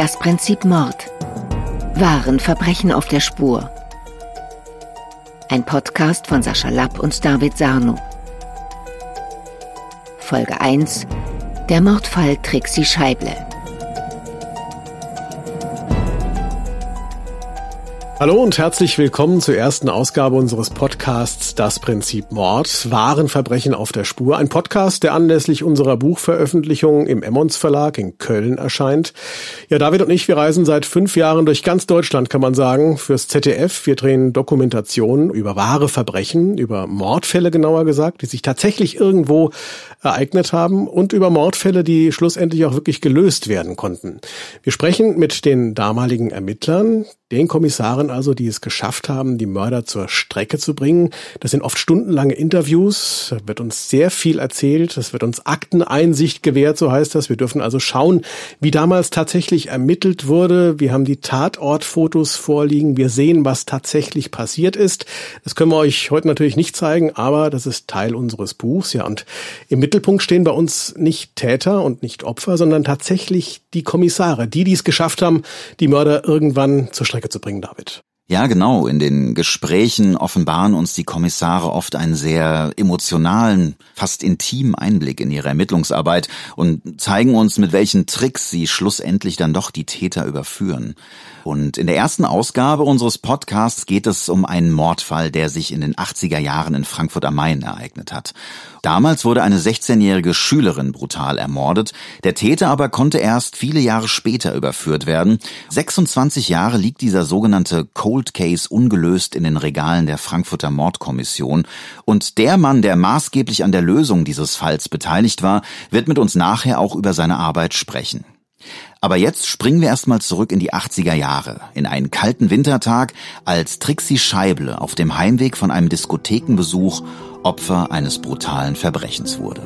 Das Prinzip Mord. Wahren Verbrechen auf der Spur. Ein Podcast von Sascha Lapp und David Sarno. Folge 1: Der Mordfall Trixie Scheible. Hallo und herzlich willkommen zur ersten Ausgabe unseres Podcasts Das Prinzip Mord, wahren Verbrechen auf der Spur. Ein Podcast, der anlässlich unserer Buchveröffentlichung im Emmons Verlag in Köln erscheint. Ja, David und ich, wir reisen seit 5 Jahren durch ganz Deutschland, kann man sagen, fürs ZDF. Wir drehen Dokumentationen über wahre Verbrechen, über Mordfälle genauer gesagt, die sich tatsächlich irgendwo ereignet haben und über Mordfälle, die schlussendlich auch wirklich gelöst werden konnten. Wir sprechen mit den damaligen Ermittlern, den Kommissaren also, die es geschafft haben, die Mörder zur Strecke zu bringen. Das sind oft stundenlange Interviews, da wird uns sehr viel erzählt, es wird uns Akteneinsicht gewährt, so heißt das. Wir dürfen also schauen, wie damals tatsächlich ermittelt wurde. Wir haben die Tatortfotos vorliegen, wir sehen, was tatsächlich passiert ist. Das können wir euch heute natürlich nicht zeigen, aber das ist Teil unseres Buchs. Ja, und im Mittelpunkt stehen bei uns nicht Täter und nicht Opfer, sondern tatsächlich die Kommissare, die es geschafft haben, die Mörder irgendwann zur Strecke zu bringen, David. Ja, genau. In den Gesprächen offenbaren uns die Kommissare oft einen sehr emotionalen, fast intimen Einblick in ihre Ermittlungsarbeit und zeigen uns, mit welchen Tricks sie schlussendlich dann doch die Täter überführen. Und in der ersten Ausgabe unseres Podcasts geht es um einen Mordfall, der sich in den 80er Jahren in Frankfurt am Main ereignet hat. Damals wurde eine 16-jährige Schülerin brutal ermordet. Der Täter aber konnte erst viele Jahre später überführt werden. 26 Jahre liegt dieser sogenannte Cold Case ungelöst in den Regalen der Frankfurter Mordkommission. Und der Mann, der maßgeblich an der Lösung dieses Falls beteiligt war, wird mit uns nachher auch über seine Arbeit sprechen. Aber jetzt springen wir erstmal zurück in die 80er Jahre, in einen kalten Wintertag, als Trixie Scheible auf dem Heimweg von einem Diskothekenbesuch Opfer eines brutalen Verbrechens wurde.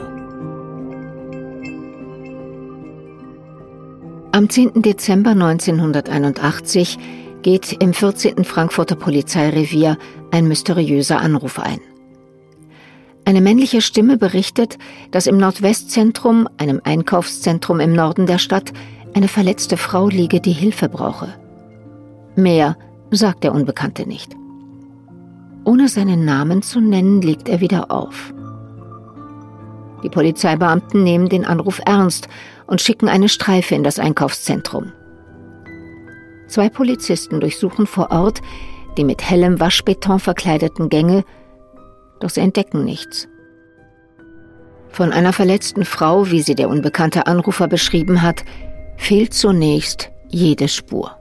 Am 10. Dezember 1981 geht im 14. Frankfurter Polizeirevier ein mysteriöser Anruf ein. Eine männliche Stimme berichtet, dass im Nordwestzentrum, einem Einkaufszentrum im Norden der Stadt, eine verletzte Frau liege, die Hilfe brauche. Mehr sagt der Unbekannte nicht. Ohne seinen Namen zu nennen, legt er wieder auf. Die Polizeibeamten nehmen den Anruf ernst und schicken eine Streife in das Einkaufszentrum. 2 Polizisten durchsuchen vor Ort die mit hellem Waschbeton verkleideten Gänge, doch sie entdecken nichts. Von einer verletzten Frau, wie sie der unbekannte Anrufer beschrieben hat, fehlt zunächst jede Spur.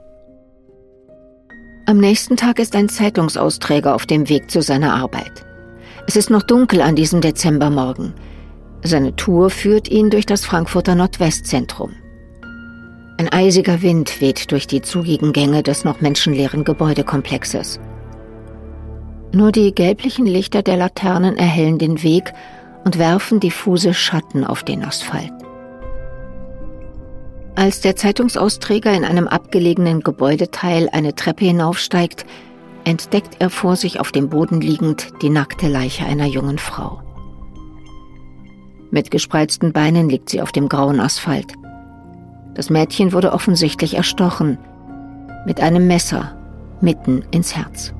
Am nächsten Tag ist ein Zeitungsausträger auf dem Weg zu seiner Arbeit. Es ist noch dunkel an diesem Dezembermorgen. Seine Tour führt ihn durch das Frankfurter Nordwestzentrum. Ein eisiger Wind weht durch die zugigen Gänge des noch menschenleeren Gebäudekomplexes. Nur die gelblichen Lichter der Laternen erhellen den Weg und werfen diffuse Schatten auf den Asphalt. Als der Zeitungsausträger in einem abgelegenen Gebäudeteil eine Treppe hinaufsteigt, entdeckt er vor sich auf dem Boden liegend die nackte Leiche einer jungen Frau. Mit gespreizten Beinen liegt sie auf dem grauen Asphalt. Das Mädchen wurde offensichtlich erstochen, mit einem Messer mitten ins Herz.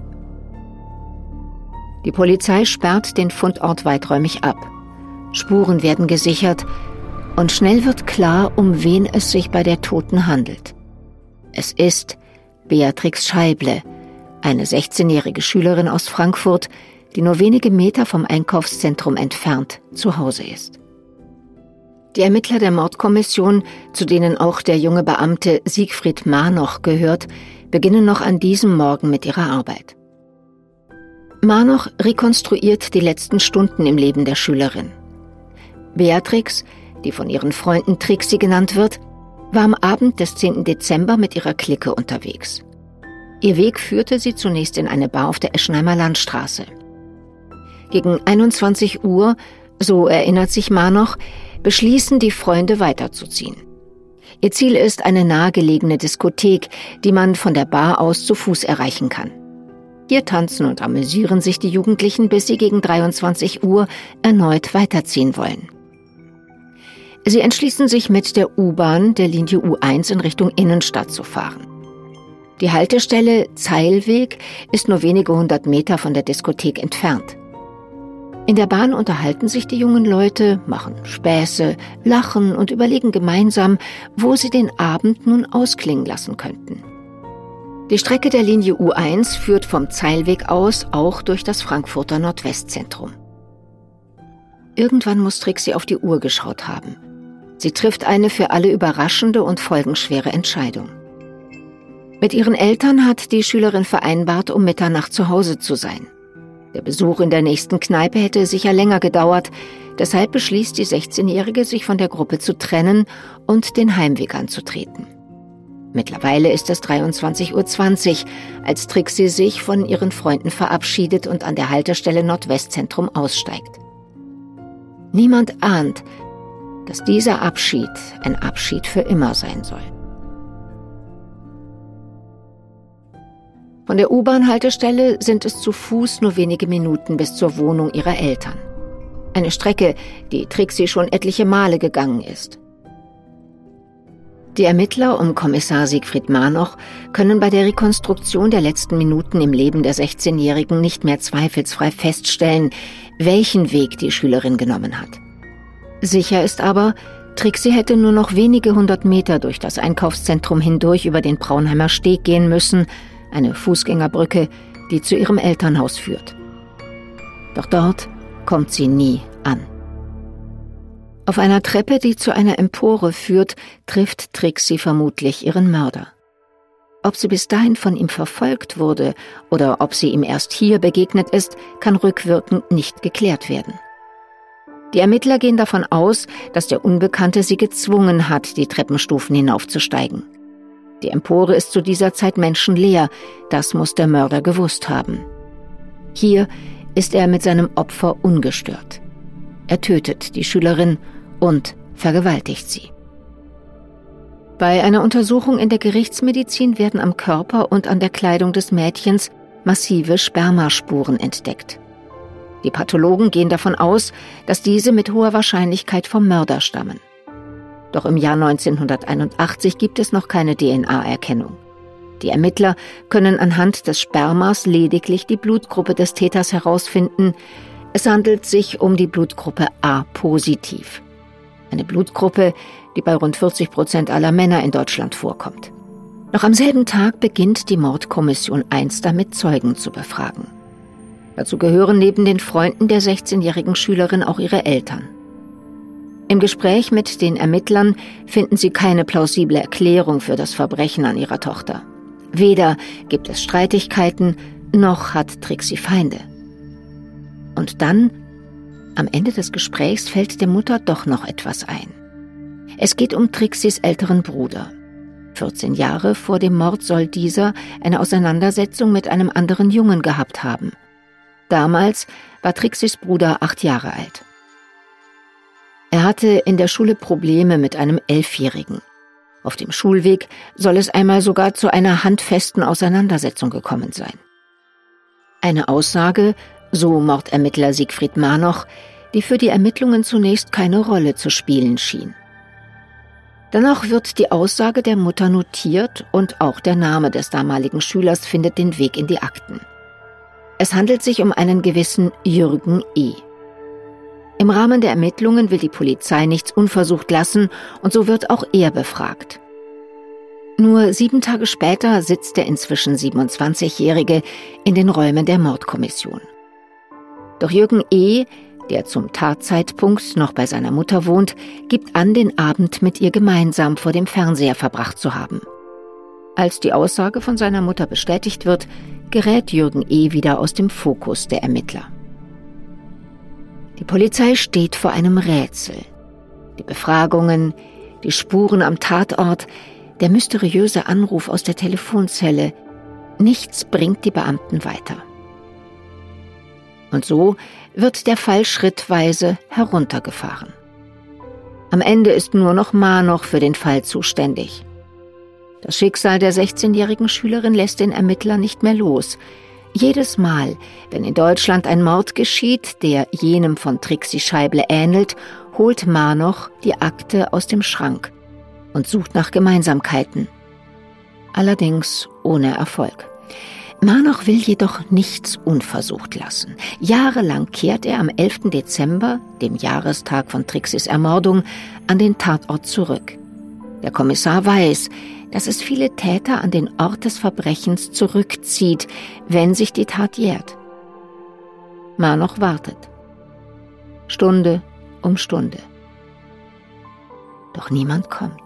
Die Polizei sperrt den Fundort weiträumig ab. Spuren werden gesichert und schnell wird klar, um wen es sich bei der Toten handelt. Es ist Beatrix Scheible, eine 16-jährige Schülerin aus Frankfurt, die nur wenige Meter vom Einkaufszentrum entfernt zu Hause ist. Die Ermittler der Mordkommission, zu denen auch der junge Beamte Siegfried Manoch gehört, beginnen noch an diesem Morgen mit ihrer Arbeit. Manoch rekonstruiert die letzten Stunden im Leben der Schülerin. Beatrix, die von ihren Freunden Trixie genannt wird, war am Abend des 10. Dezember mit ihrer Clique unterwegs. Ihr Weg führte sie zunächst in eine Bar auf der Eschenheimer Landstraße. Gegen 21 Uhr, so erinnert sich Manoch, beschließen die Freunde weiterzuziehen. Ihr Ziel ist eine nahegelegene Diskothek, die man von der Bar aus zu Fuß erreichen kann. Hier tanzen und amüsieren sich die Jugendlichen, bis sie gegen 23 Uhr erneut weiterziehen wollen. Sie entschließen sich, mit der U-Bahn der Linie U1 in Richtung Innenstadt zu fahren. Die Haltestelle Zeilweg ist nur wenige 100 Meter von der Diskothek entfernt. In der Bahn unterhalten sich die jungen Leute, machen Späße, lachen und überlegen gemeinsam, wo sie den Abend nun ausklingen lassen könnten. Die Strecke der Linie U1 führt vom Zeilweg aus auch durch das Frankfurter Nordwestzentrum. Irgendwann muss Trixie auf die Uhr geschaut haben. Sie trifft eine für alle überraschende und folgenschwere Entscheidung. Mit ihren Eltern hat die Schülerin vereinbart, um Mitternacht zu Hause zu sein. Der Besuch in der nächsten Kneipe hätte sicher länger gedauert, deshalb beschließt die 16-Jährige, sich von der Gruppe zu trennen und den Heimweg anzutreten. Mittlerweile ist es 23:20 Uhr, als Trixie sich von ihren Freunden verabschiedet und an der Haltestelle Nordwestzentrum aussteigt. Niemand ahnt, dass dieser Abschied ein Abschied für immer sein soll. Von der U-Bahn-Haltestelle sind es zu Fuß nur wenige Minuten bis zur Wohnung ihrer Eltern. Eine Strecke, die Trixie schon etliche Male gegangen ist. Die Ermittler um Kommissar Siegfried Manoch können bei der Rekonstruktion der letzten Minuten im Leben der 16-Jährigen nicht mehr zweifelsfrei feststellen, welchen Weg die Schülerin genommen hat. Sicher ist aber, Trixie hätte nur noch wenige 100 Meter durch das Einkaufszentrum hindurch über den Braunheimer Steg gehen müssen, eine Fußgängerbrücke, die zu ihrem Elternhaus führt. Doch dort kommt sie nie an. Auf einer Treppe, die zu einer Empore führt, trifft Trixie vermutlich ihren Mörder. Ob sie bis dahin von ihm verfolgt wurde oder ob sie ihm erst hier begegnet ist, kann rückwirkend nicht geklärt werden. Die Ermittler gehen davon aus, dass der Unbekannte sie gezwungen hat, die Treppenstufen hinaufzusteigen. Die Empore ist zu dieser Zeit menschenleer, das muss der Mörder gewusst haben. Hier ist er mit seinem Opfer ungestört. Er tötet die Schülerin und vergewaltigt sie. Bei einer Untersuchung in der Gerichtsmedizin werden am Körper und an der Kleidung des Mädchens massive Spermaspuren entdeckt. Die Pathologen gehen davon aus, dass diese mit hoher Wahrscheinlichkeit vom Mörder stammen. Doch im Jahr 1981 gibt es noch keine DNA-Erkennung. Die Ermittler können anhand des Spermas lediglich die Blutgruppe des Täters herausfinden. Es handelt sich um die Blutgruppe A-positiv. Eine Blutgruppe, die bei rund 40% aller Männer in Deutschland vorkommt. Noch am selben Tag beginnt die Mordkommission 1 damit, Zeugen zu befragen. Dazu gehören neben den Freunden der 16-jährigen Schülerin auch ihre Eltern. Im Gespräch mit den Ermittlern finden sie keine plausible Erklärung für das Verbrechen an ihrer Tochter. Weder gibt es Streitigkeiten, noch hat Trixie Feinde. Und dann, am Ende des Gesprächs, fällt der Mutter doch noch etwas ein. Es geht um Trixies älteren Bruder. 14 Jahre vor dem Mord soll dieser eine Auseinandersetzung mit einem anderen Jungen gehabt haben. Damals war Trixies Bruder 8 Jahre alt. Er hatte in der Schule Probleme mit einem 11-Jährigen. Auf dem Schulweg soll es einmal sogar zu einer handfesten Auseinandersetzung gekommen sein. Eine Aussage, so Mordermittler Siegfried Manoch, die für die Ermittlungen zunächst keine Rolle zu spielen schien. Danach wird die Aussage der Mutter notiert und auch der Name des damaligen Schülers findet den Weg in die Akten. Es handelt sich um einen gewissen Jürgen E. Im Rahmen der Ermittlungen will die Polizei nichts unversucht lassen und so wird auch er befragt. Nur 7 Tage später sitzt der inzwischen 27-Jährige in den Räumen der Mordkommission. Doch Jürgen E., der zum Tatzeitpunkt noch bei seiner Mutter wohnt, gibt an, den Abend mit ihr gemeinsam vor dem Fernseher verbracht zu haben. Als die Aussage von seiner Mutter bestätigt wird, gerät Jürgen E. wieder aus dem Fokus der Ermittler. Die Polizei steht vor einem Rätsel. Die Befragungen, die Spuren am Tatort, der mysteriöse Anruf aus der Telefonzelle. Nichts bringt die Beamten weiter. Und so wird der Fall schrittweise heruntergefahren. Am Ende ist nur noch Manoch für den Fall zuständig. Das Schicksal der 16-jährigen Schülerin lässt den Ermittler nicht mehr los. Jedes Mal, wenn in Deutschland ein Mord geschieht, der jenem von Trixie Scheible ähnelt, holt Manoch die Akte aus dem Schrank und sucht nach Gemeinsamkeiten. Allerdings ohne Erfolg. Manoch will jedoch nichts unversucht lassen. Jahrelang kehrt er am 11. Dezember, dem Jahrestag von Trixis Ermordung, an den Tatort zurück. Der Kommissar weiß, dass es viele Täter an den Ort des Verbrechens zurückzieht, wenn sich die Tat jährt. Manoch wartet. Stunde um Stunde. Doch niemand kommt.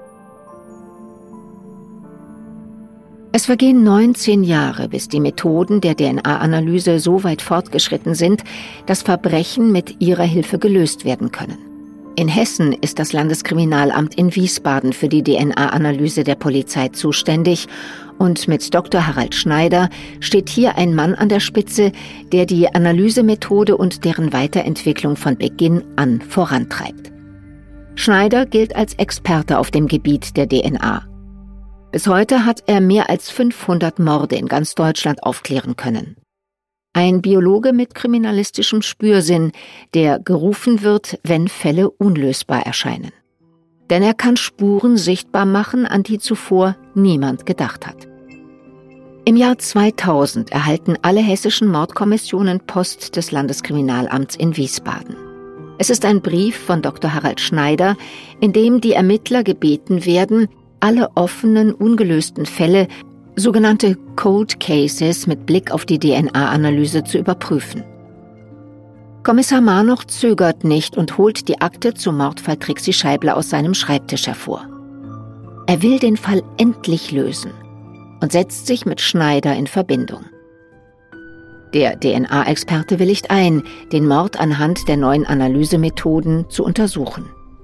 Es vergehen 19 Jahre, bis die Methoden der DNA-Analyse so weit fortgeschritten sind, dass Verbrechen mit ihrer Hilfe gelöst werden können. In Hessen ist das Landeskriminalamt in Wiesbaden für die DNA-Analyse der Polizei zuständig und mit Dr. Harald Schneider steht hier ein Mann an der Spitze, der die Analysemethode und deren Weiterentwicklung von Beginn an vorantreibt. Schneider gilt als Experte auf dem Gebiet der DNA. Bis heute hat er mehr als 500 Morde in ganz Deutschland aufklären können. Ein Biologe mit kriminalistischem Spürsinn, der gerufen wird, wenn Fälle unlösbar erscheinen. Denn er kann Spuren sichtbar machen, an die zuvor niemand gedacht hat. Im Jahr 2000 erhalten alle hessischen Mordkommissionen Post des Landeskriminalamts in Wiesbaden. Es ist ein Brief von Dr. Harald Schneider, in dem die Ermittler gebeten werden, alle offenen, ungelösten Fälle, sogenannte Cold Cases, mit Blick auf die DNA-Analyse zu überprüfen. Kommissar Manoch zögert nicht und holt die Akte zum Mordfall Trixi Scheibler aus seinem Schreibtisch hervor. Er will den Fall endlich lösen und setzt sich mit Schneider in Verbindung. Der DNA-Experte willigt ein, den Mord anhand der neuen Analysemethoden zu untersuchen.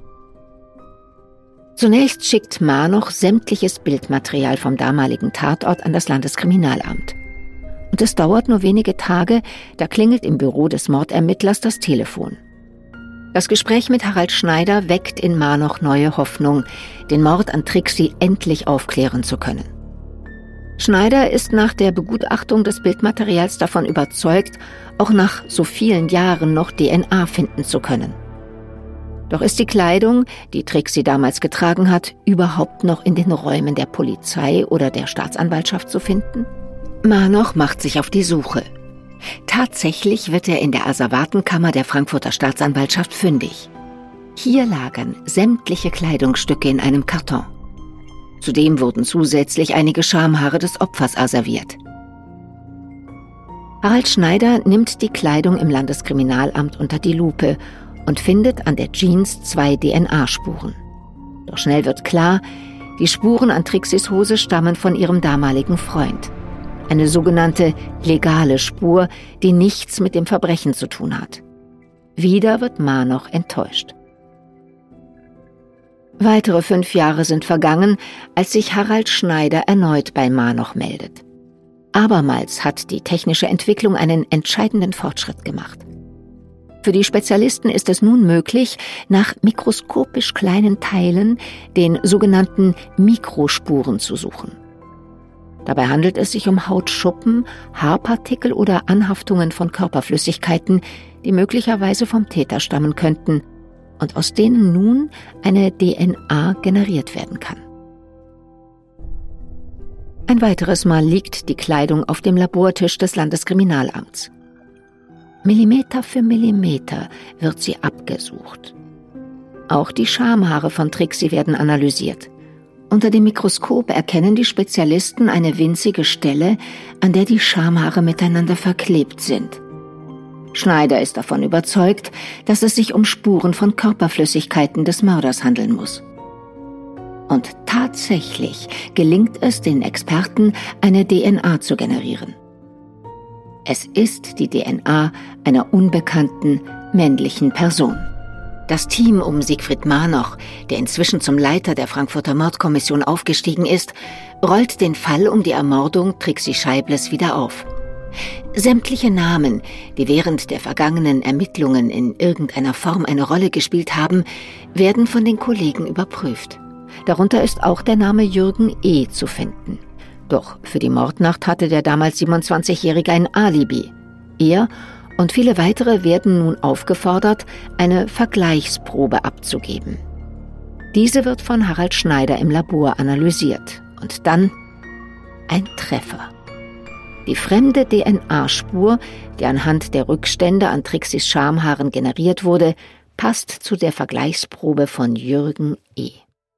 Zunächst schickt Manoch sämtliches Bildmaterial vom damaligen Tatort an das Landeskriminalamt. Und es dauert nur wenige Tage, da klingelt im Büro des Mordermittlers das Telefon. Das Gespräch mit Harald Schneider weckt in Manoch neue Hoffnung, den Mord an Trixi endlich aufklären zu können. Schneider ist nach der Begutachtung des Bildmaterials davon überzeugt, auch nach so vielen Jahren noch DNA finden zu können. Doch ist die Kleidung, die Trixi damals getragen hat, überhaupt noch in den Räumen der Polizei oder der Staatsanwaltschaft zu finden? Manoch macht sich auf die Suche. Tatsächlich wird er in der Asservatenkammer der Frankfurter Staatsanwaltschaft fündig. Hier lagern sämtliche Kleidungsstücke in einem Karton. Zudem wurden zusätzlich einige Schamhaare des Opfers asserviert. Harald Schneider nimmt die Kleidung im Landeskriminalamt unter die Lupe und findet an der Jeans 2 DNA-Spuren. Doch schnell wird klar, die Spuren an Trixis Hose stammen von ihrem damaligen Freund. Eine sogenannte legale Spur, die nichts mit dem Verbrechen zu tun hat. Wieder wird Manoch enttäuscht. Weitere 5 Jahre sind vergangen, als sich Harald Schneider erneut bei Manoch meldet. Abermals hat die technische Entwicklung einen entscheidenden Fortschritt gemacht. Für die Spezialisten ist es nun möglich, nach mikroskopisch kleinen Teilen, den sogenannten Mikrospuren, zu suchen. Dabei handelt es sich um Hautschuppen, Haarpartikel oder Anhaftungen von Körperflüssigkeiten, die möglicherweise vom Täter stammen könnten und aus denen nun eine DNA generiert werden kann. Ein weiteres Mal liegt die Kleidung auf dem Labortisch des Landeskriminalamts. Millimeter für Millimeter wird sie abgesucht. Auch die Schamhaare von Trixi werden analysiert. Unter dem Mikroskop erkennen die Spezialisten eine winzige Stelle, an der die Schamhaare miteinander verklebt sind. Schneider ist davon überzeugt, dass es sich um Spuren von Körperflüssigkeiten des Mörders handeln muss. Und tatsächlich gelingt es den Experten, eine DNA zu generieren. Es ist die DNA einer unbekannten männlichen Person. Das Team um Siegfried Manoch, der inzwischen zum Leiter der Frankfurter Mordkommission aufgestiegen ist, rollt den Fall um die Ermordung Trixi Scheibles wieder auf. Sämtliche Namen, die während der vergangenen Ermittlungen in irgendeiner Form eine Rolle gespielt haben, werden von den Kollegen überprüft. Darunter ist auch der Name Jürgen E. zu finden. Doch für die Mordnacht hatte der damals 27-Jährige ein Alibi. Er Und viele weitere werden nun aufgefordert, eine Vergleichsprobe abzugeben. Diese wird von Harald Schneider im Labor analysiert. Und dann ein Treffer. Die fremde DNA-Spur, die anhand der Rückstände an Trixis Schamhaaren generiert wurde, passt zu der Vergleichsprobe von Jürgen E.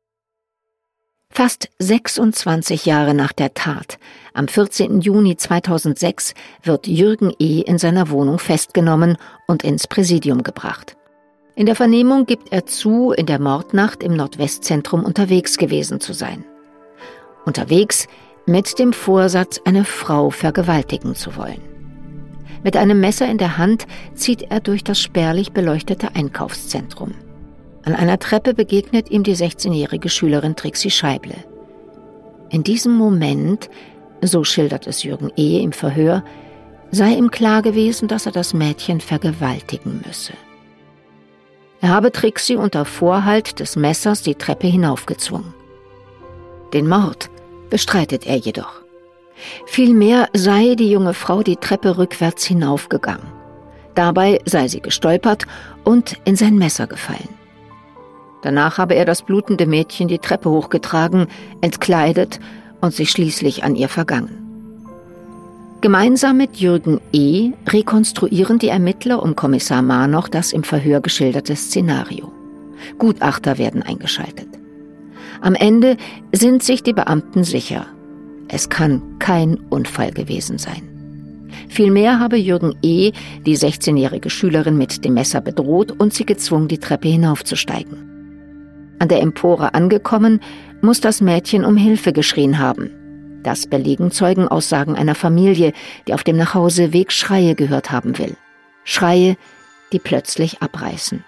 Fast 26 Jahre nach der Tat, am 14. Juni 2006, wird Jürgen E. in seiner Wohnung festgenommen und ins Präsidium gebracht. In der Vernehmung gibt er zu, in der Mordnacht im Nordwestzentrum unterwegs gewesen zu sein. Unterwegs mit dem Vorsatz, eine Frau vergewaltigen zu wollen. Mit einem Messer in der Hand zieht er durch das spärlich beleuchtete Einkaufszentrum. An einer Treppe begegnet ihm die 16-jährige Schülerin Trixi Scheible. In diesem Moment, so schildert es Jürgen E. im Verhör, sei ihm klar gewesen, dass er das Mädchen vergewaltigen müsse. Er habe Trixi unter Vorhalt des Messers die Treppe hinaufgezwungen. Den Mord bestreitet er jedoch. Vielmehr sei die junge Frau die Treppe rückwärts hinaufgegangen. Dabei sei sie gestolpert und in sein Messer gefallen. Danach habe er das blutende Mädchen die Treppe hochgetragen, entkleidet und sich schließlich an ihr vergangen. Gemeinsam mit Jürgen E. rekonstruieren die Ermittler um Kommissar Marnoch das im Verhör geschilderte Szenario. Gutachter werden eingeschaltet. Am Ende sind sich die Beamten sicher. Es kann kein Unfall gewesen sein. Vielmehr habe Jürgen E. die 16-jährige Schülerin mit dem Messer bedroht und sie gezwungen, die Treppe hinaufzusteigen. An der Empore angekommen, muss das Mädchen um Hilfe geschrien haben. Das belegen Zeugenaussagen einer Familie, die auf dem Nachhauseweg Schreie gehört haben will. Schreie, die plötzlich abreißen.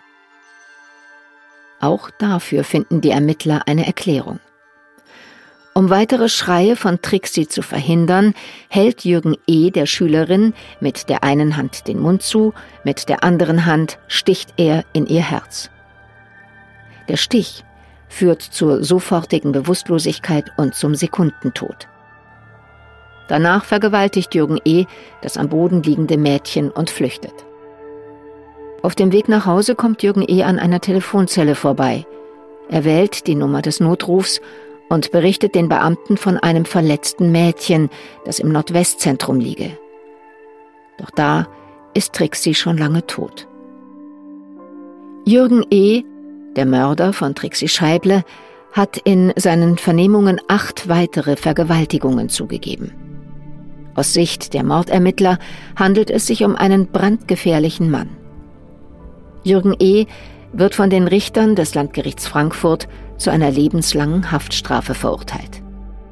Auch dafür finden die Ermittler eine Erklärung. Um weitere Schreie von Trixi zu verhindern, hält Jürgen E. der Schülerin mit der einen Hand den Mund zu, mit der anderen Hand sticht er in ihr Herz. Der Stich führt zur sofortigen Bewusstlosigkeit und zum Sekundentod. Danach vergewaltigt Jürgen E. das am Boden liegende Mädchen und flüchtet. Auf dem Weg nach Hause kommt Jürgen E. an einer Telefonzelle vorbei. Er wählt die Nummer des Notrufs und berichtet den Beamten von einem verletzten Mädchen, das im Nordwestzentrum liege. Doch da ist Trixi schon lange tot. Jürgen E., der Mörder von Trixi Scheible, hat in seinen Vernehmungen 8 weitere Vergewaltigungen zugegeben. Aus Sicht der Mordermittler handelt es sich um einen brandgefährlichen Mann. Jürgen E. wird von den Richtern des Landgerichts Frankfurt zu einer lebenslangen Haftstrafe verurteilt.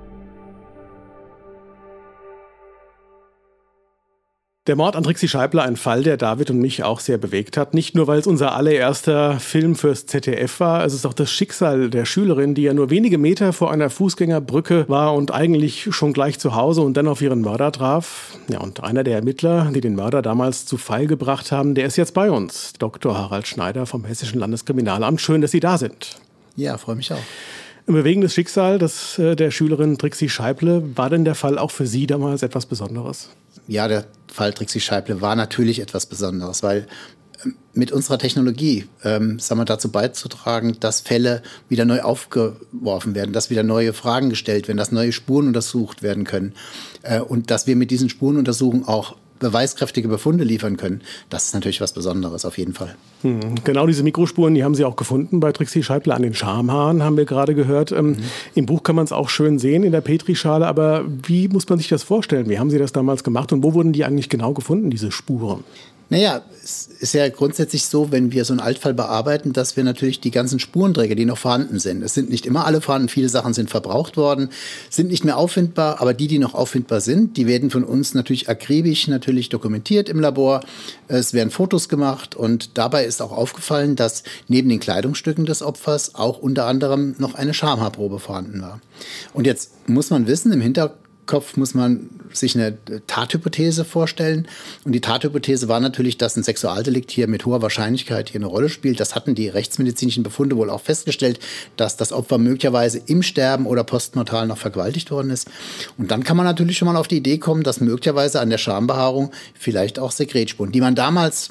Der Mord an Trixi Scheible, ein Fall, der David und mich auch sehr bewegt hat. Nicht nur, weil es unser allererster Film fürs ZDF war, es ist auch das Schicksal der Schülerin, die ja nur wenige Meter vor einer Fußgängerbrücke war und eigentlich schon gleich zu Hause und dann auf ihren Mörder traf. Ja, und einer der Ermittler, die den Mörder damals zu Fall gebracht haben, der ist jetzt bei uns. Dr. Harald Schneider vom Hessischen Landeskriminalamt. Schön, dass Sie da sind. Ja, freue mich auch. Ein bewegendes Schicksal der Schülerin Trixi Scheible. War denn der Fall auch für Sie damals etwas Besonderes? Ja, der Fall Trixi Scheible war natürlich etwas Besonderes, weil mit unserer Technologie dazu beizutragen, dass Fälle wieder neu aufgeworfen werden, dass wieder neue Fragen gestellt werden, dass neue Spuren untersucht werden können und dass wir mit diesen Spurenuntersuchungen auch beweiskräftige Befunde liefern können, das ist natürlich was Besonderes, auf jeden Fall. Genau diese Mikrospuren, die haben Sie auch gefunden bei Trixi Scheible an den Schamhaaren, haben wir gerade gehört. Im Buch kann man es auch schön sehen in der Petrischale, aber wie muss man sich das vorstellen? Wie haben Sie das damals gemacht und wo wurden die eigentlich genau gefunden, diese Spuren? Naja, es ist ja grundsätzlich so, wenn wir so einen Altfall bearbeiten, dass wir natürlich die ganzen Spurenträger, die noch vorhanden sind, es sind nicht immer alle vorhanden, viele Sachen sind verbraucht worden, sind nicht mehr auffindbar, aber die noch auffindbar sind, die werden von uns natürlich akribisch dokumentiert im Labor. Es werden Fotos gemacht und dabei ist auch aufgefallen, dass neben den Kleidungsstücken des Opfers auch unter anderem noch eine Schamhaarprobe vorhanden war. Und jetzt muss man wissen, im Hintergrund Kopf muss man sich eine Tathypothese vorstellen. Und die Tathypothese war natürlich, dass ein Sexualdelikt hier mit hoher Wahrscheinlichkeit hier eine Rolle spielt. Das hatten die rechtsmedizinischen Befunde wohl auch festgestellt, dass das Opfer möglicherweise im Sterben oder postmortal noch vergewaltigt worden ist. Und dann kann man natürlich schon mal auf die Idee kommen, dass möglicherweise an der Schambehaarung vielleicht auch Sekretspuren, die man damals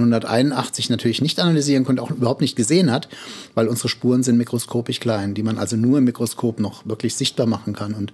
1981 natürlich nicht analysieren konnte, auch überhaupt nicht gesehen hat, weil unsere Spuren sind mikroskopisch klein, die man also nur im Mikroskop noch wirklich sichtbar machen kann. Und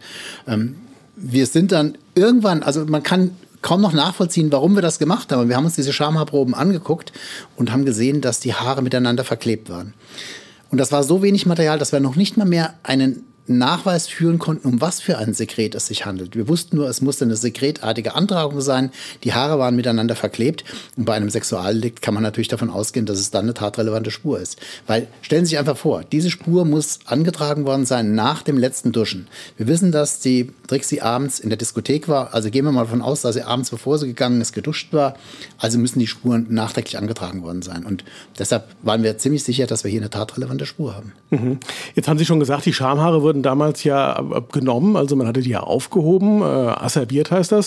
wir sind dann irgendwann, also man kann kaum noch nachvollziehen, warum wir das gemacht haben. Wir haben uns diese Schamhaarproben angeguckt und haben gesehen, dass die Haare miteinander verklebt waren. Und das war so wenig Material, dass wir noch nicht mal mehr einen Nachweis führen konnten, um was für ein Sekret es sich handelt. Wir wussten nur, es musste eine sekretartige Antragung sein. Die Haare waren miteinander verklebt. Und bei einem Sexualdelikt kann man natürlich davon ausgehen, dass es dann eine tatrelevante Spur ist. Weil, stellen Sie sich einfach vor, diese Spur muss angetragen worden sein nach dem letzten Duschen. Wir wissen, dass die Trixie abends in der Diskothek war. Also gehen wir mal davon aus, dass sie abends, bevor sie gegangen ist, geduscht war. Also müssen die Spuren nachträglich angetragen worden sein. Und deshalb waren wir ziemlich sicher, dass wir hier eine tatrelevante Spur haben. Mhm. Jetzt haben Sie schon gesagt, die Schamhaare wurden damals ja genommen, also man hatte die ja aufgehoben, asserbiert heißt das,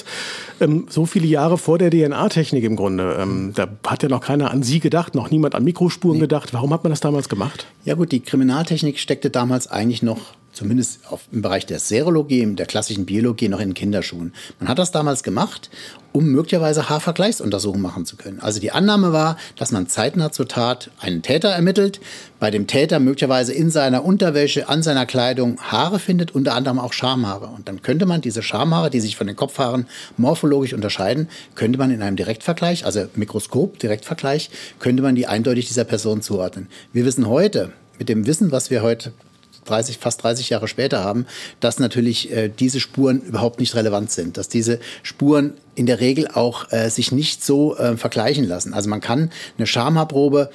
so viele Jahre vor der DNA-Technik im Grunde. Da hat ja noch keiner an Sie gedacht, noch niemand an Mikrospuren gedacht. Warum hat man das damals gemacht? Ja gut, die Kriminaltechnik steckte damals eigentlich noch, zumindest im Bereich der Serologie, der klassischen Biologie, noch in Kinderschuhen. Man hat das damals gemacht, um möglicherweise Haarvergleichsuntersuchungen machen zu können. Also die Annahme war, dass man zeitnah zur Tat einen Täter ermittelt, bei dem Täter möglicherweise in seiner Unterwäsche, an seiner Kleidung Haare findet, unter anderem auch Schamhaare. Und dann könnte man diese Schamhaare, die sich von den Kopfhaaren morphologisch unterscheiden, könnte man in einem Direktvergleich, also Mikroskop-Direktvergleich, könnte man die eindeutig dieser Person zuordnen. Wir wissen heute, mit dem Wissen, was wir heute fast 30 Jahre später haben, dass natürlich diese Spuren überhaupt nicht relevant sind, dass diese Spuren in der Regel auch sich nicht so vergleichen lassen. Also man kann eine Schamhaarprobe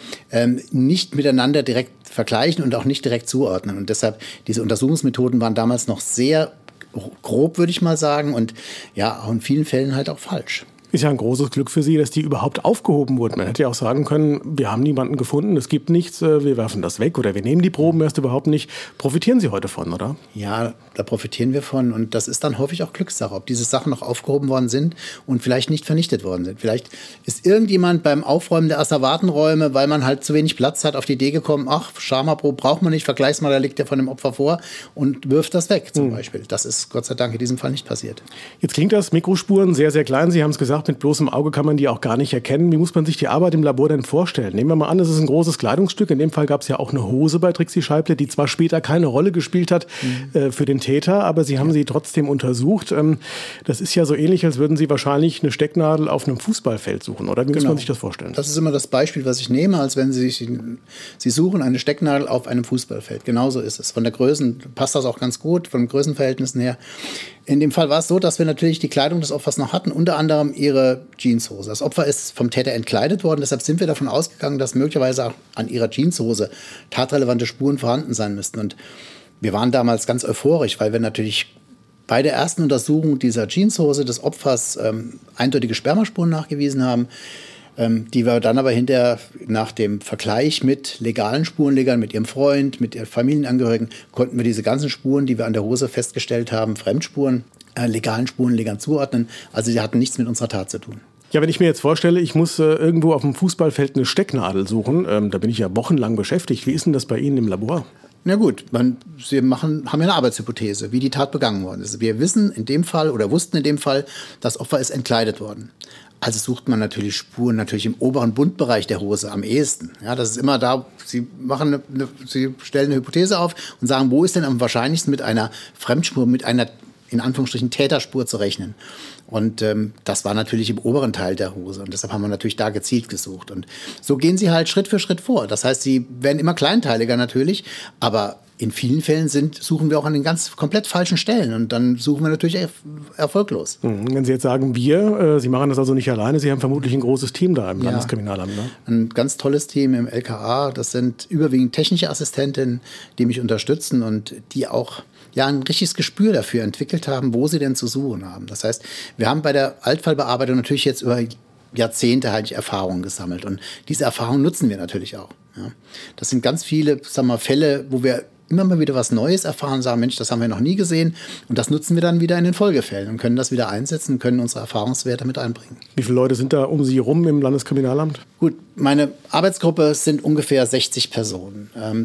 nicht miteinander direkt vergleichen und auch nicht direkt zuordnen. Und deshalb, diese Untersuchungsmethoden waren damals noch sehr grob, würde ich mal sagen, und ja, auch in vielen Fällen halt auch falsch. Ist ja ein großes Glück für Sie, dass die überhaupt aufgehoben wurden. Man hätte ja auch sagen können, wir haben niemanden gefunden, es gibt nichts, wir werfen das weg oder wir nehmen die Proben erst überhaupt nicht. Profitieren Sie heute von, oder? Ja, da profitieren wir von und das ist dann häufig auch Glückssache, ob diese Sachen noch aufgehoben worden sind und vielleicht nicht vernichtet worden sind. Vielleicht ist irgendjemand beim Aufräumen der Asservatenräume, weil man halt zu wenig Platz hat, auf die Idee gekommen, ach, Schamhaarprobe braucht man nicht, Vergleichsmaterial liegt ja von dem Opfer vor und wirft das weg zum Beispiel. Das ist Gott sei Dank in diesem Fall nicht passiert. Jetzt klingt das, Mikrospuren sehr, sehr klein. Sie haben es gesagt, mit bloßem Auge kann man die auch gar nicht erkennen. Wie muss man sich die Arbeit im Labor denn vorstellen? Nehmen wir mal an, es ist ein großes Kleidungsstück. In dem Fall gab es ja auch eine Hose bei Trixie Scheible, die zwar später keine Rolle gespielt hat für den Täter, aber Sie haben sie trotzdem untersucht. Das ist ja so ähnlich, als würden Sie wahrscheinlich eine Stecknadel auf einem Fußballfeld suchen, oder? Wie muss man sich das vorstellen? Das ist immer das Beispiel, was ich nehme, als wenn Sie suchen eine Stecknadel auf einem Fußballfeld. Genauso ist es. Von der Größe passt das auch ganz gut, von den Größenverhältnissen her. In dem Fall war es so, dass wir natürlich die Kleidung des Opfers noch hatten, unter anderem ihre Jeanshose. Das Opfer ist vom Täter entkleidet worden, deshalb sind wir davon ausgegangen, dass möglicherweise auch an ihrer Jeanshose tatrelevante Spuren vorhanden sein müssten. Und wir waren damals ganz euphorisch, weil wir natürlich bei der ersten Untersuchung dieser Jeanshose des Opfers eindeutige Spermaspuren nachgewiesen haben, die wir dann aber hinterher nach dem Vergleich mit legalen Spurenlegern, mit ihrem Freund, mit ihren Familienangehörigen, konnten wir diese ganzen Spuren, die wir an der Hose festgestellt haben, Fremdspuren, legalen Spurenlegern zuordnen. Also sie hatten nichts mit unserer Tat zu tun. Ja, wenn ich mir jetzt vorstelle, ich muss irgendwo auf dem Fußballfeld eine Stecknadel suchen, da bin ich ja wochenlang beschäftigt. Wie ist denn das bei Ihnen im Labor? Na gut, haben ja eine Arbeitshypothese, wie die Tat begangen worden ist. Wir wissen in dem Fall oder wussten in dem Fall, das Opfer ist entkleidet worden. Also sucht man natürlich Spuren im oberen Bundbereich der Hose am ehesten. Ja, das ist immer da, Sie stellen eine Hypothese auf und sagen, wo ist denn am wahrscheinlichsten mit einer Fremdspur, mit einer in Anführungsstrichen Täterspur zu rechnen. Und das war natürlich im oberen Teil der Hose. Und deshalb haben wir natürlich da gezielt gesucht. Und so gehen sie halt Schritt für Schritt vor. Das heißt, sie werden immer kleinteiliger natürlich, aber in vielen Fällen suchen wir auch an den ganz komplett falschen Stellen. Und dann suchen wir natürlich erfolglos. Wenn Sie jetzt sagen, Sie machen das also nicht alleine, Sie haben vermutlich ein großes Team da im Landeskriminalamt, ne? Ein ganz tolles Team im LKA. Das sind überwiegend technische Assistentinnen, die mich unterstützen und die auch ein richtiges Gespür dafür entwickelt haben, wo sie denn zu suchen haben. Das heißt, wir haben bei der Altfallbearbeitung natürlich jetzt über Jahrzehnte halt Erfahrungen gesammelt. Und diese Erfahrungen nutzen wir natürlich auch. Ja. Das sind ganz viele Fälle, wo wir immer mal wieder was Neues erfahren, sagen, Mensch, das haben wir noch nie gesehen. Und das nutzen wir dann wieder in den Folgefällen und können das wieder einsetzen, können unsere Erfahrungswerte mit einbringen. Wie viele Leute sind da um Sie rum im Landeskriminalamt? Gut, meine Arbeitsgruppe sind ungefähr 60 Personen.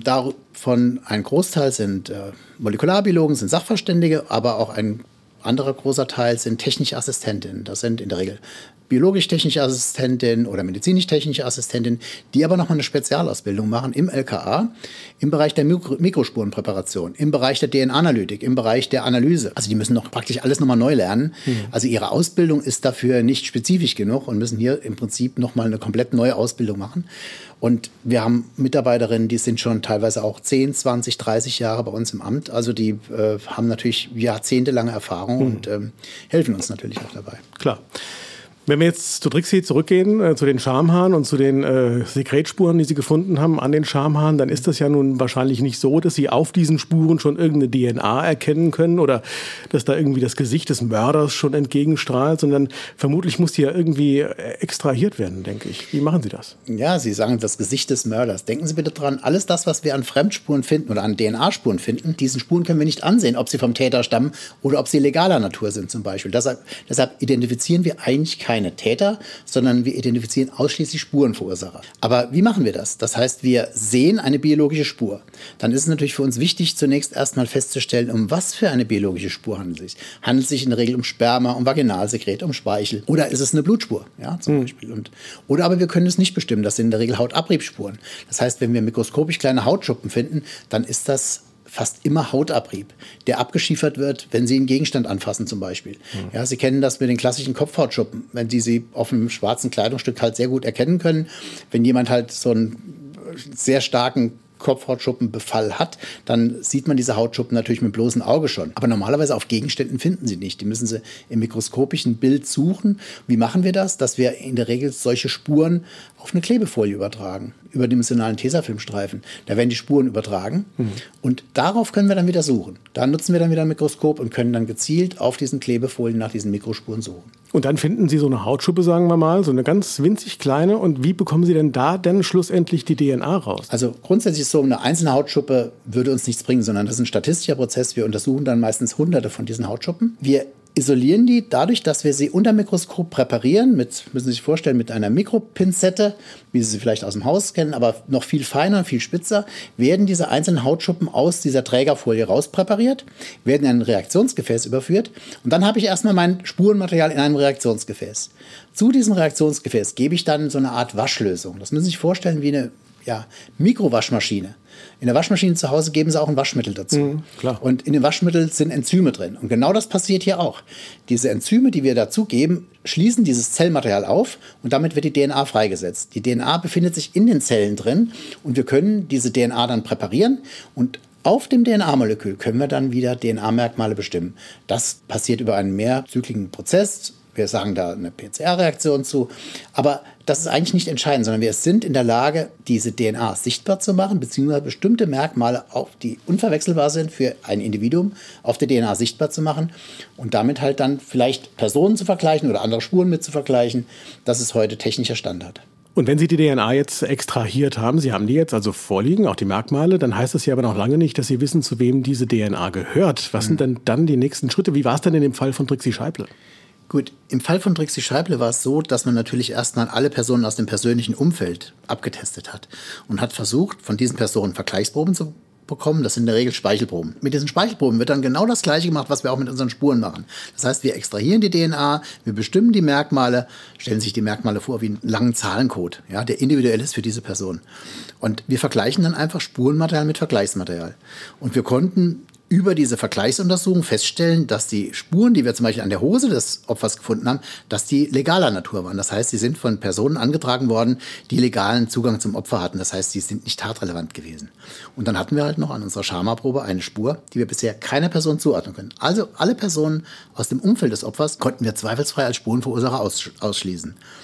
Davon ein Großteil sind Molekularbiologen, sind Sachverständige, aber auch ein anderer großer Teil sind technische Assistentinnen. Das sind in der Regel biologisch-technische Assistentin oder medizinisch-technische Assistentin, die aber nochmal eine Spezialausbildung machen im LKA, im Bereich der Mikrospurenpräparation, im Bereich der DNA-Analytik, im Bereich der Analyse. Also die müssen noch praktisch alles nochmal neu lernen. Also ihre Ausbildung ist dafür nicht spezifisch genug und müssen hier im Prinzip nochmal eine komplett neue Ausbildung machen. Und wir haben Mitarbeiterinnen, die sind schon teilweise auch 10, 20, 30 Jahre bei uns im Amt. Also die haben natürlich jahrzehntelange Erfahrung und helfen uns natürlich auch dabei. Klar. Wenn wir jetzt zu Trixie zurückgehen, zu den Schamhaaren und zu den Sekretspuren, die Sie gefunden haben an den Schamhaaren, dann ist das ja nun wahrscheinlich nicht so, dass Sie auf diesen Spuren schon irgendeine DNA erkennen können oder dass da irgendwie das Gesicht des Mörders schon entgegenstrahlt, sondern vermutlich muss die ja irgendwie extrahiert werden, denke ich. Wie machen Sie das? Ja, Sie sagen das Gesicht des Mörders. Denken Sie bitte dran, alles das, was wir an Fremdspuren finden oder an DNA-Spuren finden, diesen Spuren können wir nicht ansehen, ob sie vom Täter stammen oder ob sie legaler Natur sind zum Beispiel. Deshalb identifizieren wir eigentlich keine Täter, sondern wir identifizieren ausschließlich Spurenverursacher. Aber wie machen wir das? Das heißt, wir sehen eine biologische Spur. Dann ist es natürlich für uns wichtig, zunächst erstmal festzustellen, um was für eine biologische Spur handelt es sich. Handelt es sich in der Regel um Sperma, um Vaginalsekret, um Speichel oder ist es eine Blutspur, ja, zum Beispiel. Oder aber wir können es nicht bestimmen. Das sind in der Regel Hautabriebspuren. Das heißt, wenn wir mikroskopisch kleine Hautschuppen finden, dann ist das fast immer Hautabrieb, der abgeschiefert wird, wenn Sie einen Gegenstand anfassen zum Beispiel. Ja, Sie kennen das mit den klassischen Kopfhautschuppen, wenn Sie auf einem schwarzen Kleidungsstück halt sehr gut erkennen können. Wenn jemand halt so einen sehr starken Kopfhautschuppenbefall hat, dann sieht man diese Hautschuppen natürlich mit bloßem Auge schon. Aber normalerweise auf Gegenständen finden Sie nicht. Die müssen Sie im mikroskopischen Bild suchen. Wie machen wir das? Dass wir in der Regel solche Spuren auf eine Klebefolie übertragen, überdimensionalen Tesafilmstreifen. Da werden die Spuren übertragen und darauf können wir dann wieder suchen. Da nutzen wir dann wieder ein Mikroskop und können dann gezielt auf diesen Klebefolien nach diesen Mikrospuren suchen. Und dann finden Sie so eine Hautschuppe, sagen wir mal, so eine ganz winzig kleine. Und wie bekommen Sie denn da denn schlussendlich die DNA raus? Also grundsätzlich ist so, eine einzelne Hautschuppe würde uns nichts bringen, sondern das ist ein statistischer Prozess. Wir untersuchen dann meistens Hunderte von diesen Hautschuppen. Wir isolieren die dadurch, dass wir sie unter Mikroskop präparieren, müssen Sie sich vorstellen, mit einer Mikropinzette, wie Sie sie vielleicht aus dem Haus kennen, aber noch viel feiner, viel spitzer, werden diese einzelnen Hautschuppen aus dieser Trägerfolie rauspräpariert, werden in ein Reaktionsgefäß überführt und dann habe ich erstmal mein Spurenmaterial in einem Reaktionsgefäß. Zu diesem Reaktionsgefäß gebe ich dann so eine Art Waschlösung. Das müssen Sie sich vorstellen wie eine Mikrowaschmaschine. In der Waschmaschine zu Hause geben sie auch ein Waschmittel dazu. Klar. Und in dem Waschmittel sind Enzyme drin. Und genau das passiert hier auch. Diese Enzyme, die wir dazu geben, schließen dieses Zellmaterial auf und damit wird die DNA freigesetzt. Die DNA befindet sich in den Zellen drin und wir können diese DNA dann präparieren und auf dem DNA-Molekül können wir dann wieder DNA-Merkmale bestimmen. Das passiert über einen mehrzykligen Prozess. Wir sagen da eine PCR-Reaktion zu. Aber das ist eigentlich nicht entscheidend, sondern wir sind in der Lage, diese DNA sichtbar zu machen, beziehungsweise bestimmte Merkmale, die unverwechselbar sind für ein Individuum, auf der DNA sichtbar zu machen und damit halt dann vielleicht Personen zu vergleichen oder andere Spuren mit zu vergleichen. Das ist heute technischer Standard. Und wenn Sie die DNA jetzt extrahiert haben, Sie haben die jetzt also vorliegen, auch die Merkmale, dann heißt das ja aber noch lange nicht, dass Sie wissen, zu wem diese DNA gehört. Was sind denn dann die nächsten Schritte? Wie war es denn in dem Fall von Trixie Scheible? Gut, im Fall von Trixie Scheible war es so, dass man natürlich erstmal alle Personen aus dem persönlichen Umfeld abgetestet hat und hat versucht, von diesen Personen Vergleichsproben zu bekommen. Das sind in der Regel Speichelproben. Mit diesen Speichelproben wird dann genau das Gleiche gemacht, was wir auch mit unseren Spuren machen. Das heißt, wir extrahieren die DNA, wir bestimmen die Merkmale, stellen sich die Merkmale vor wie einen langen Zahlencode, ja, der individuell ist für diese Person. Und wir vergleichen dann einfach Spurenmaterial mit Vergleichsmaterial. Und wir konnten über diese Vergleichsuntersuchung feststellen, dass die Spuren, die wir zum Beispiel an der Hose des Opfers gefunden haben, dass die legaler Natur waren. Das heißt, sie sind von Personen angetragen worden, die legalen Zugang zum Opfer hatten. Das heißt, sie sind nicht tatrelevant gewesen. Und dann hatten wir halt noch an unserer Schama-Probe eine Spur, die wir bisher keiner Person zuordnen können. Also alle Personen aus dem Umfeld des Opfers konnten wir zweifelsfrei als Spurenverursacher ausschließen.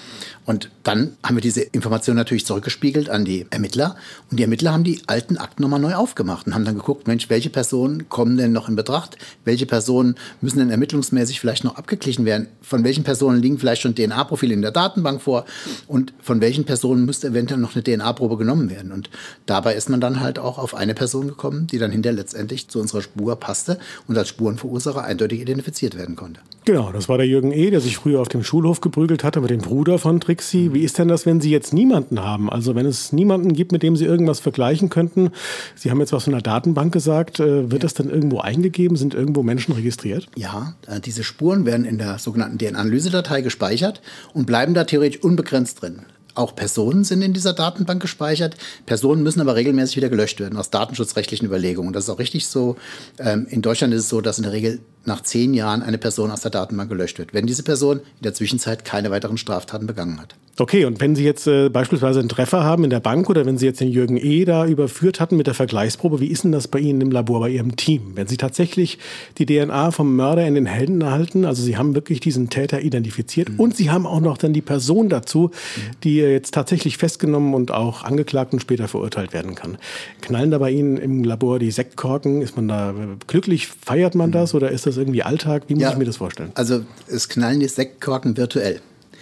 Und dann haben wir diese Information natürlich zurückgespiegelt an die Ermittler. Und die Ermittler haben die alten Akten nochmal neu aufgemacht und haben dann geguckt, Mensch, welche Personen kommen denn noch in Betracht? Welche Personen müssen denn ermittlungsmäßig vielleicht noch abgeglichen werden? Von welchen Personen liegen vielleicht schon DNA-Profile in der Datenbank vor? Und von welchen Personen müsste eventuell noch eine DNA-Probe genommen werden? Und dabei ist man dann halt auch auf eine Person gekommen, die dann hinterher letztendlich zu unserer Spur passte und als Spurenverursacher eindeutig identifiziert werden konnte. Genau, das war der Jürgen E., der sich früher auf dem Schulhof geprügelt hatte mit dem Bruder von Trixie. Wie ist denn das, wenn Sie jetzt niemanden haben? Also wenn es niemanden gibt, mit dem Sie irgendwas vergleichen könnten. Sie haben jetzt was von der Datenbank gesagt. Wird das dann irgendwo eingegeben? Sind irgendwo Menschen registriert? Ja, diese Spuren werden in der sogenannten DNA-Analyse-Datei gespeichert und bleiben da theoretisch unbegrenzt drin. Auch Personen sind in dieser Datenbank gespeichert. Personen müssen aber regelmäßig wieder gelöscht werden aus datenschutzrechtlichen Überlegungen. Das ist auch richtig so. In Deutschland ist es so, dass in der Regel nach 10 Jahren eine Person aus der Datenbank gelöscht wird, wenn diese Person in der Zwischenzeit keine weiteren Straftaten begangen hat. Okay, und wenn Sie jetzt beispielsweise einen Treffer haben in der Bank oder wenn Sie jetzt den Jürgen E. da überführt hatten mit der Vergleichsprobe, wie ist denn das bei Ihnen im Labor, bei Ihrem Team? Wenn Sie tatsächlich die DNA vom Mörder in den Händen erhalten, also Sie haben wirklich diesen Täter identifiziert und Sie haben auch noch dann die Person dazu, die jetzt tatsächlich festgenommen und auch angeklagt und später verurteilt werden kann. Knallen da bei Ihnen im Labor die Sektkorken? Ist man da glücklich? Feiert man das oder ist das irgendwie Alltag? Wie muss ich mir das vorstellen? Also es knallen die Sektkorken virtuell.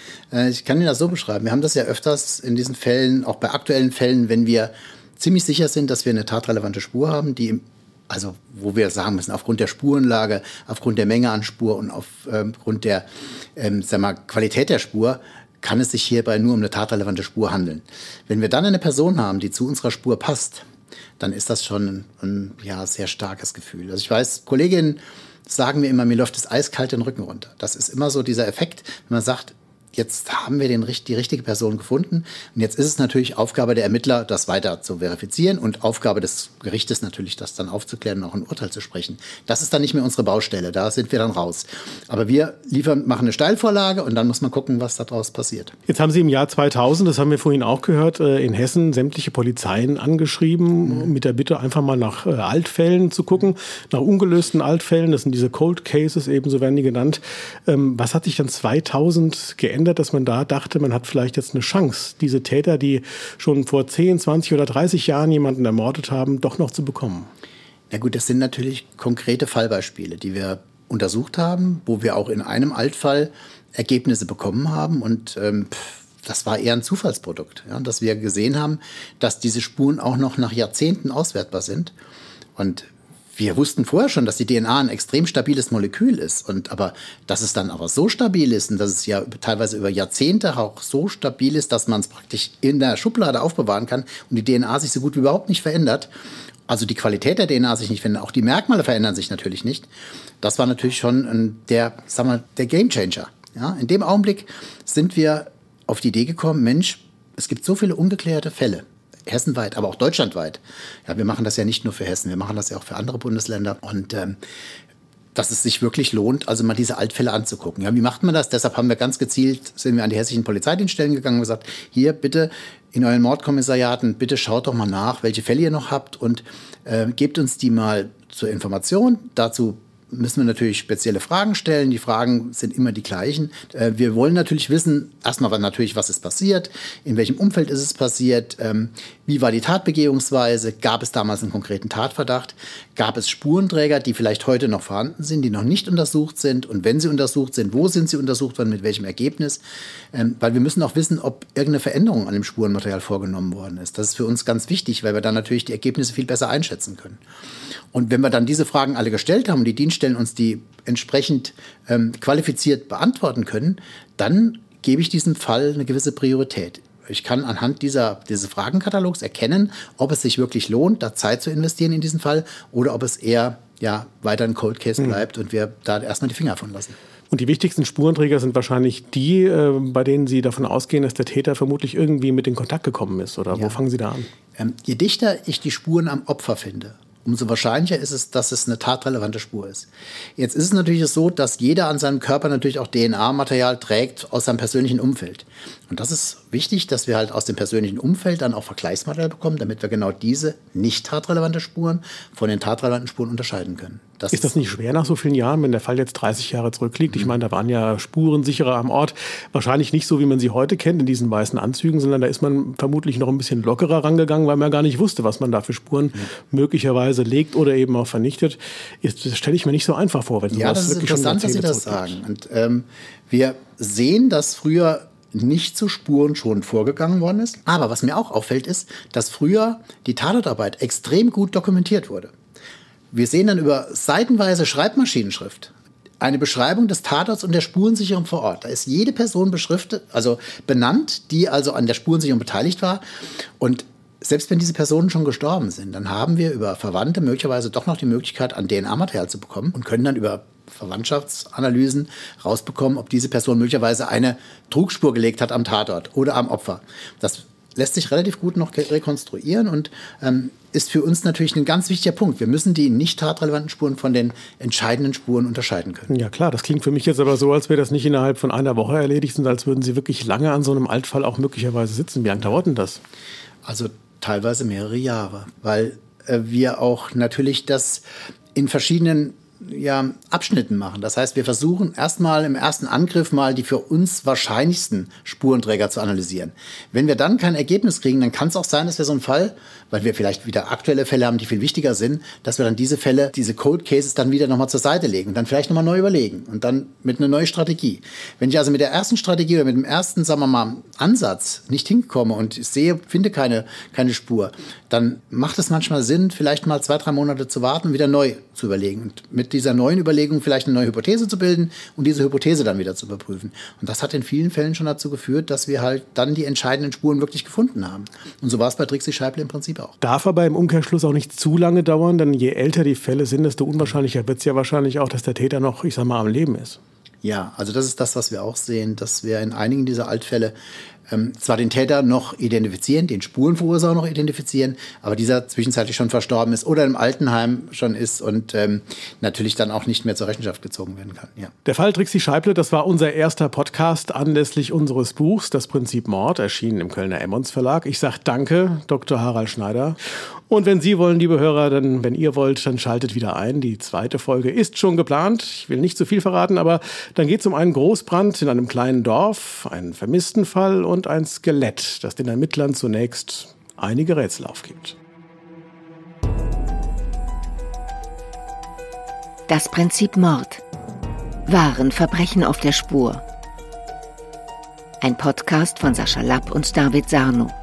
Ich kann Ihnen das so beschreiben. Wir haben das ja öfters in diesen Fällen, auch bei aktuellen Fällen, wenn wir ziemlich sicher sind, dass wir eine tatrelevante Spur haben, also wo wir sagen müssen, aufgrund der Spurenlage, aufgrund der Menge an Spur und aufgrund der Qualität der Spur, kann es sich hierbei nur um eine tatrelevante Spur handeln. Wenn wir dann eine Person haben, die zu unserer Spur passt, dann ist das schon ein sehr starkes Gefühl. Also ich weiß, Kolleginnen sagen mir immer, mir läuft das eiskalt den Rücken runter. Das ist immer so dieser Effekt, wenn man sagt, jetzt haben wir die richtige Person gefunden. Und jetzt ist es natürlich Aufgabe der Ermittler, das weiter zu verifizieren und Aufgabe des Gerichtes natürlich, das dann aufzuklären und auch ein Urteil zu sprechen. Das ist dann nicht mehr unsere Baustelle, da sind wir dann raus. Aber wir machen eine Steilvorlage und dann muss man gucken, was daraus passiert. Jetzt haben Sie im Jahr 2000, das haben wir vorhin auch gehört, in Hessen sämtliche Polizeien angeschrieben, mit der Bitte einfach mal nach Altfällen zu gucken, nach ungelösten Altfällen. Das sind diese Cold Cases, ebenso werden die genannt. Was hat sich dann 2000 geändert, dass man da dachte, man hat vielleicht jetzt eine Chance, diese Täter, die schon vor 10, 20 oder 30 Jahren jemanden ermordet haben, doch noch zu bekommen? Na gut, das sind natürlich konkrete Fallbeispiele, die wir untersucht haben, wo wir auch in einem Altfall Ergebnisse bekommen haben und das war eher ein Zufallsprodukt, ja, dass wir gesehen haben, dass diese Spuren auch noch nach Jahrzehnten auswertbar sind und wir wussten vorher schon, dass die DNA ein extrem stabiles Molekül ist. Aber dass es dann aber so stabil ist und dass es ja teilweise über Jahrzehnte auch so stabil ist, dass man es praktisch in der Schublade aufbewahren kann und die DNA sich so gut wie überhaupt nicht verändert. Also die Qualität der DNA sich nicht verändert, auch die Merkmale verändern sich natürlich nicht. Das war natürlich schon der Gamechanger. Ja, in dem Augenblick sind wir auf die Idee gekommen, Mensch, es gibt so viele ungeklärte Fälle. Hessenweit, aber auch deutschlandweit. Ja, wir machen das ja nicht nur für Hessen, wir machen das ja auch für andere Bundesländer. Und dass es sich wirklich lohnt, also mal diese Altfälle anzugucken. Ja, wie macht man das? Deshalb haben wir ganz gezielt, sind wir an die hessischen Polizeidienststellen gegangen und gesagt, hier bitte in euren Mordkommissariaten, bitte schaut doch mal nach, welche Fälle ihr noch habt und gebt uns die mal zur Information. Dazu müssen wir natürlich spezielle Fragen stellen. Die Fragen sind immer die gleichen. Wir wollen natürlich wissen, erstmal was ist passiert, in welchem Umfeld ist es passiert, wie war die Tatbegehungsweise, gab es damals einen konkreten Tatverdacht, gab es Spurenträger, die vielleicht heute noch vorhanden sind, die noch nicht untersucht sind und wenn sie untersucht sind, wo sind sie untersucht worden, mit welchem Ergebnis, weil wir müssen auch wissen, ob irgendeine Veränderung an dem Spurenmaterial vorgenommen worden ist. Das ist für uns ganz wichtig, weil wir dann natürlich die Ergebnisse viel besser einschätzen können. Und wenn wir dann diese Fragen alle gestellt haben und die Dienststellen uns die entsprechend qualifiziert beantworten können, dann gebe ich diesem Fall eine gewisse Priorität. Ich kann anhand dieses Fragenkatalogs erkennen, ob es sich wirklich lohnt, da Zeit zu investieren in diesen Fall oder ob es eher weiter ein Cold Case bleibt und wir da erstmal die Finger von lassen. Und die wichtigsten Spurenträger sind wahrscheinlich die, bei denen Sie davon ausgehen, dass der Täter vermutlich irgendwie mit in Kontakt gekommen ist. Oder wo fangen Sie da an? Je dichter ich die Spuren am Opfer finde, umso wahrscheinlicher ist es, dass es eine tatrelevante Spur ist. Jetzt ist es natürlich so, dass jeder an seinem Körper natürlich auch DNA-Material trägt aus seinem persönlichen Umfeld. Und das ist wichtig, dass wir halt aus dem persönlichen Umfeld dann auch Vergleichsmaterial bekommen, damit wir genau diese nicht tatrelevante Spuren von den tatrelevanten Spuren unterscheiden können. Ist das nicht schwer nach so vielen Jahren, wenn der Fall jetzt 30 Jahre zurückliegt? Ich meine, da waren ja Spurensicherer am Ort. Wahrscheinlich nicht so, wie man sie heute kennt, in diesen weißen Anzügen, sondern da ist man vermutlich noch ein bisschen lockerer rangegangen, weil man gar nicht wusste, was man da für Spuren möglicherweise legt oder eben auch vernichtet. Das stelle ich mir nicht so einfach vor, wenn ja, das ist interessant, dass Sie das sagen. Und wir sehen, dass früher nicht zu Spuren schon vorgegangen worden ist. Aber was mir auch auffällt, ist, dass früher die Tatortarbeit extrem gut dokumentiert wurde. Wir sehen dann über seitenweise Schreibmaschinenschrift eine Beschreibung des Tatorts und der Spurensicherung vor Ort. Da ist jede Person beschriftet, also benannt, die also an der Spurensicherung beteiligt war. Und selbst wenn diese Personen schon gestorben sind, dann haben wir über Verwandte möglicherweise doch noch die Möglichkeit, an DNA-Material zu bekommen und können dann über Verwandtschaftsanalysen rausbekommen, ob diese Person möglicherweise eine Trugspur gelegt hat am Tatort oder am Opfer. Das lässt sich relativ gut noch rekonstruieren und ist für uns natürlich ein ganz wichtiger Punkt. Wir müssen die nicht tatrelevanten Spuren von den entscheidenden Spuren unterscheiden können. Ja klar, das klingt für mich jetzt aber so, als wäre das nicht innerhalb von einer Woche erledigt, sondern als würden Sie wirklich lange an so einem Altfall auch möglicherweise sitzen. Wie lange dauert denn das? Also teilweise mehrere Jahre, weil wir auch natürlich das in verschiedenen Abschnitten machen. Das heißt, wir versuchen erstmal im ersten Angriff mal die für uns wahrscheinlichsten Spurenträger zu analysieren. Wenn wir dann kein Ergebnis kriegen, dann kann es auch sein, dass wir so einen Fall, weil wir vielleicht wieder aktuelle Fälle haben, die viel wichtiger sind, dass wir dann diese Fälle, diese Cold Cases dann wieder nochmal zur Seite legen und dann vielleicht nochmal neu überlegen und dann mit einer neuen Strategie. Wenn ich also mit der ersten Strategie oder mit dem ersten, sagen wir mal, Ansatz nicht hinkomme und finde keine Spur, dann macht es manchmal Sinn, vielleicht mal 2-3 Monate zu warten und wieder neu zu überlegen und mit dieser neuen Überlegung vielleicht eine neue Hypothese zu bilden und diese Hypothese dann wieder zu überprüfen. Und das hat in vielen Fällen schon dazu geführt, dass wir halt dann die entscheidenden Spuren wirklich gefunden haben. Und so war es bei Trixie Scheible im Prinzip auch. Darf aber im Umkehrschluss auch nicht zu lange dauern, denn je älter die Fälle sind, desto unwahrscheinlicher wird es ja wahrscheinlich auch, dass der Täter noch, ich sag mal, am Leben ist. Ja, also das ist das, was wir auch sehen, dass wir in einigen dieser Altfälle zwar den Täter noch identifizieren, den Spurenverursacher noch identifizieren, aber dieser zwischenzeitlich schon verstorben ist oder im Altenheim schon ist und natürlich dann auch nicht mehr zur Rechenschaft gezogen werden kann. Ja. Der Fall Trixie Scheible, das war unser erster Podcast anlässlich unseres Buchs Das Prinzip Mord, erschienen im Kölner Emmons Verlag. Ich sage danke, Dr. Harald Schneider. Und wenn Sie wollen, liebe Hörer, dann, wenn ihr wollt, dann schaltet wieder ein. Die zweite Folge ist schon geplant. Ich will nicht zu viel verraten, aber dann geht es um einen Großbrand in einem kleinen Dorf, einen vermissten Fall und ein Skelett, das den Ermittlern zunächst einige Rätsel aufgibt. Das Prinzip Mord. Wahren Verbrechen auf der Spur. Ein Podcast von Sascha Lapp und David Sarnow.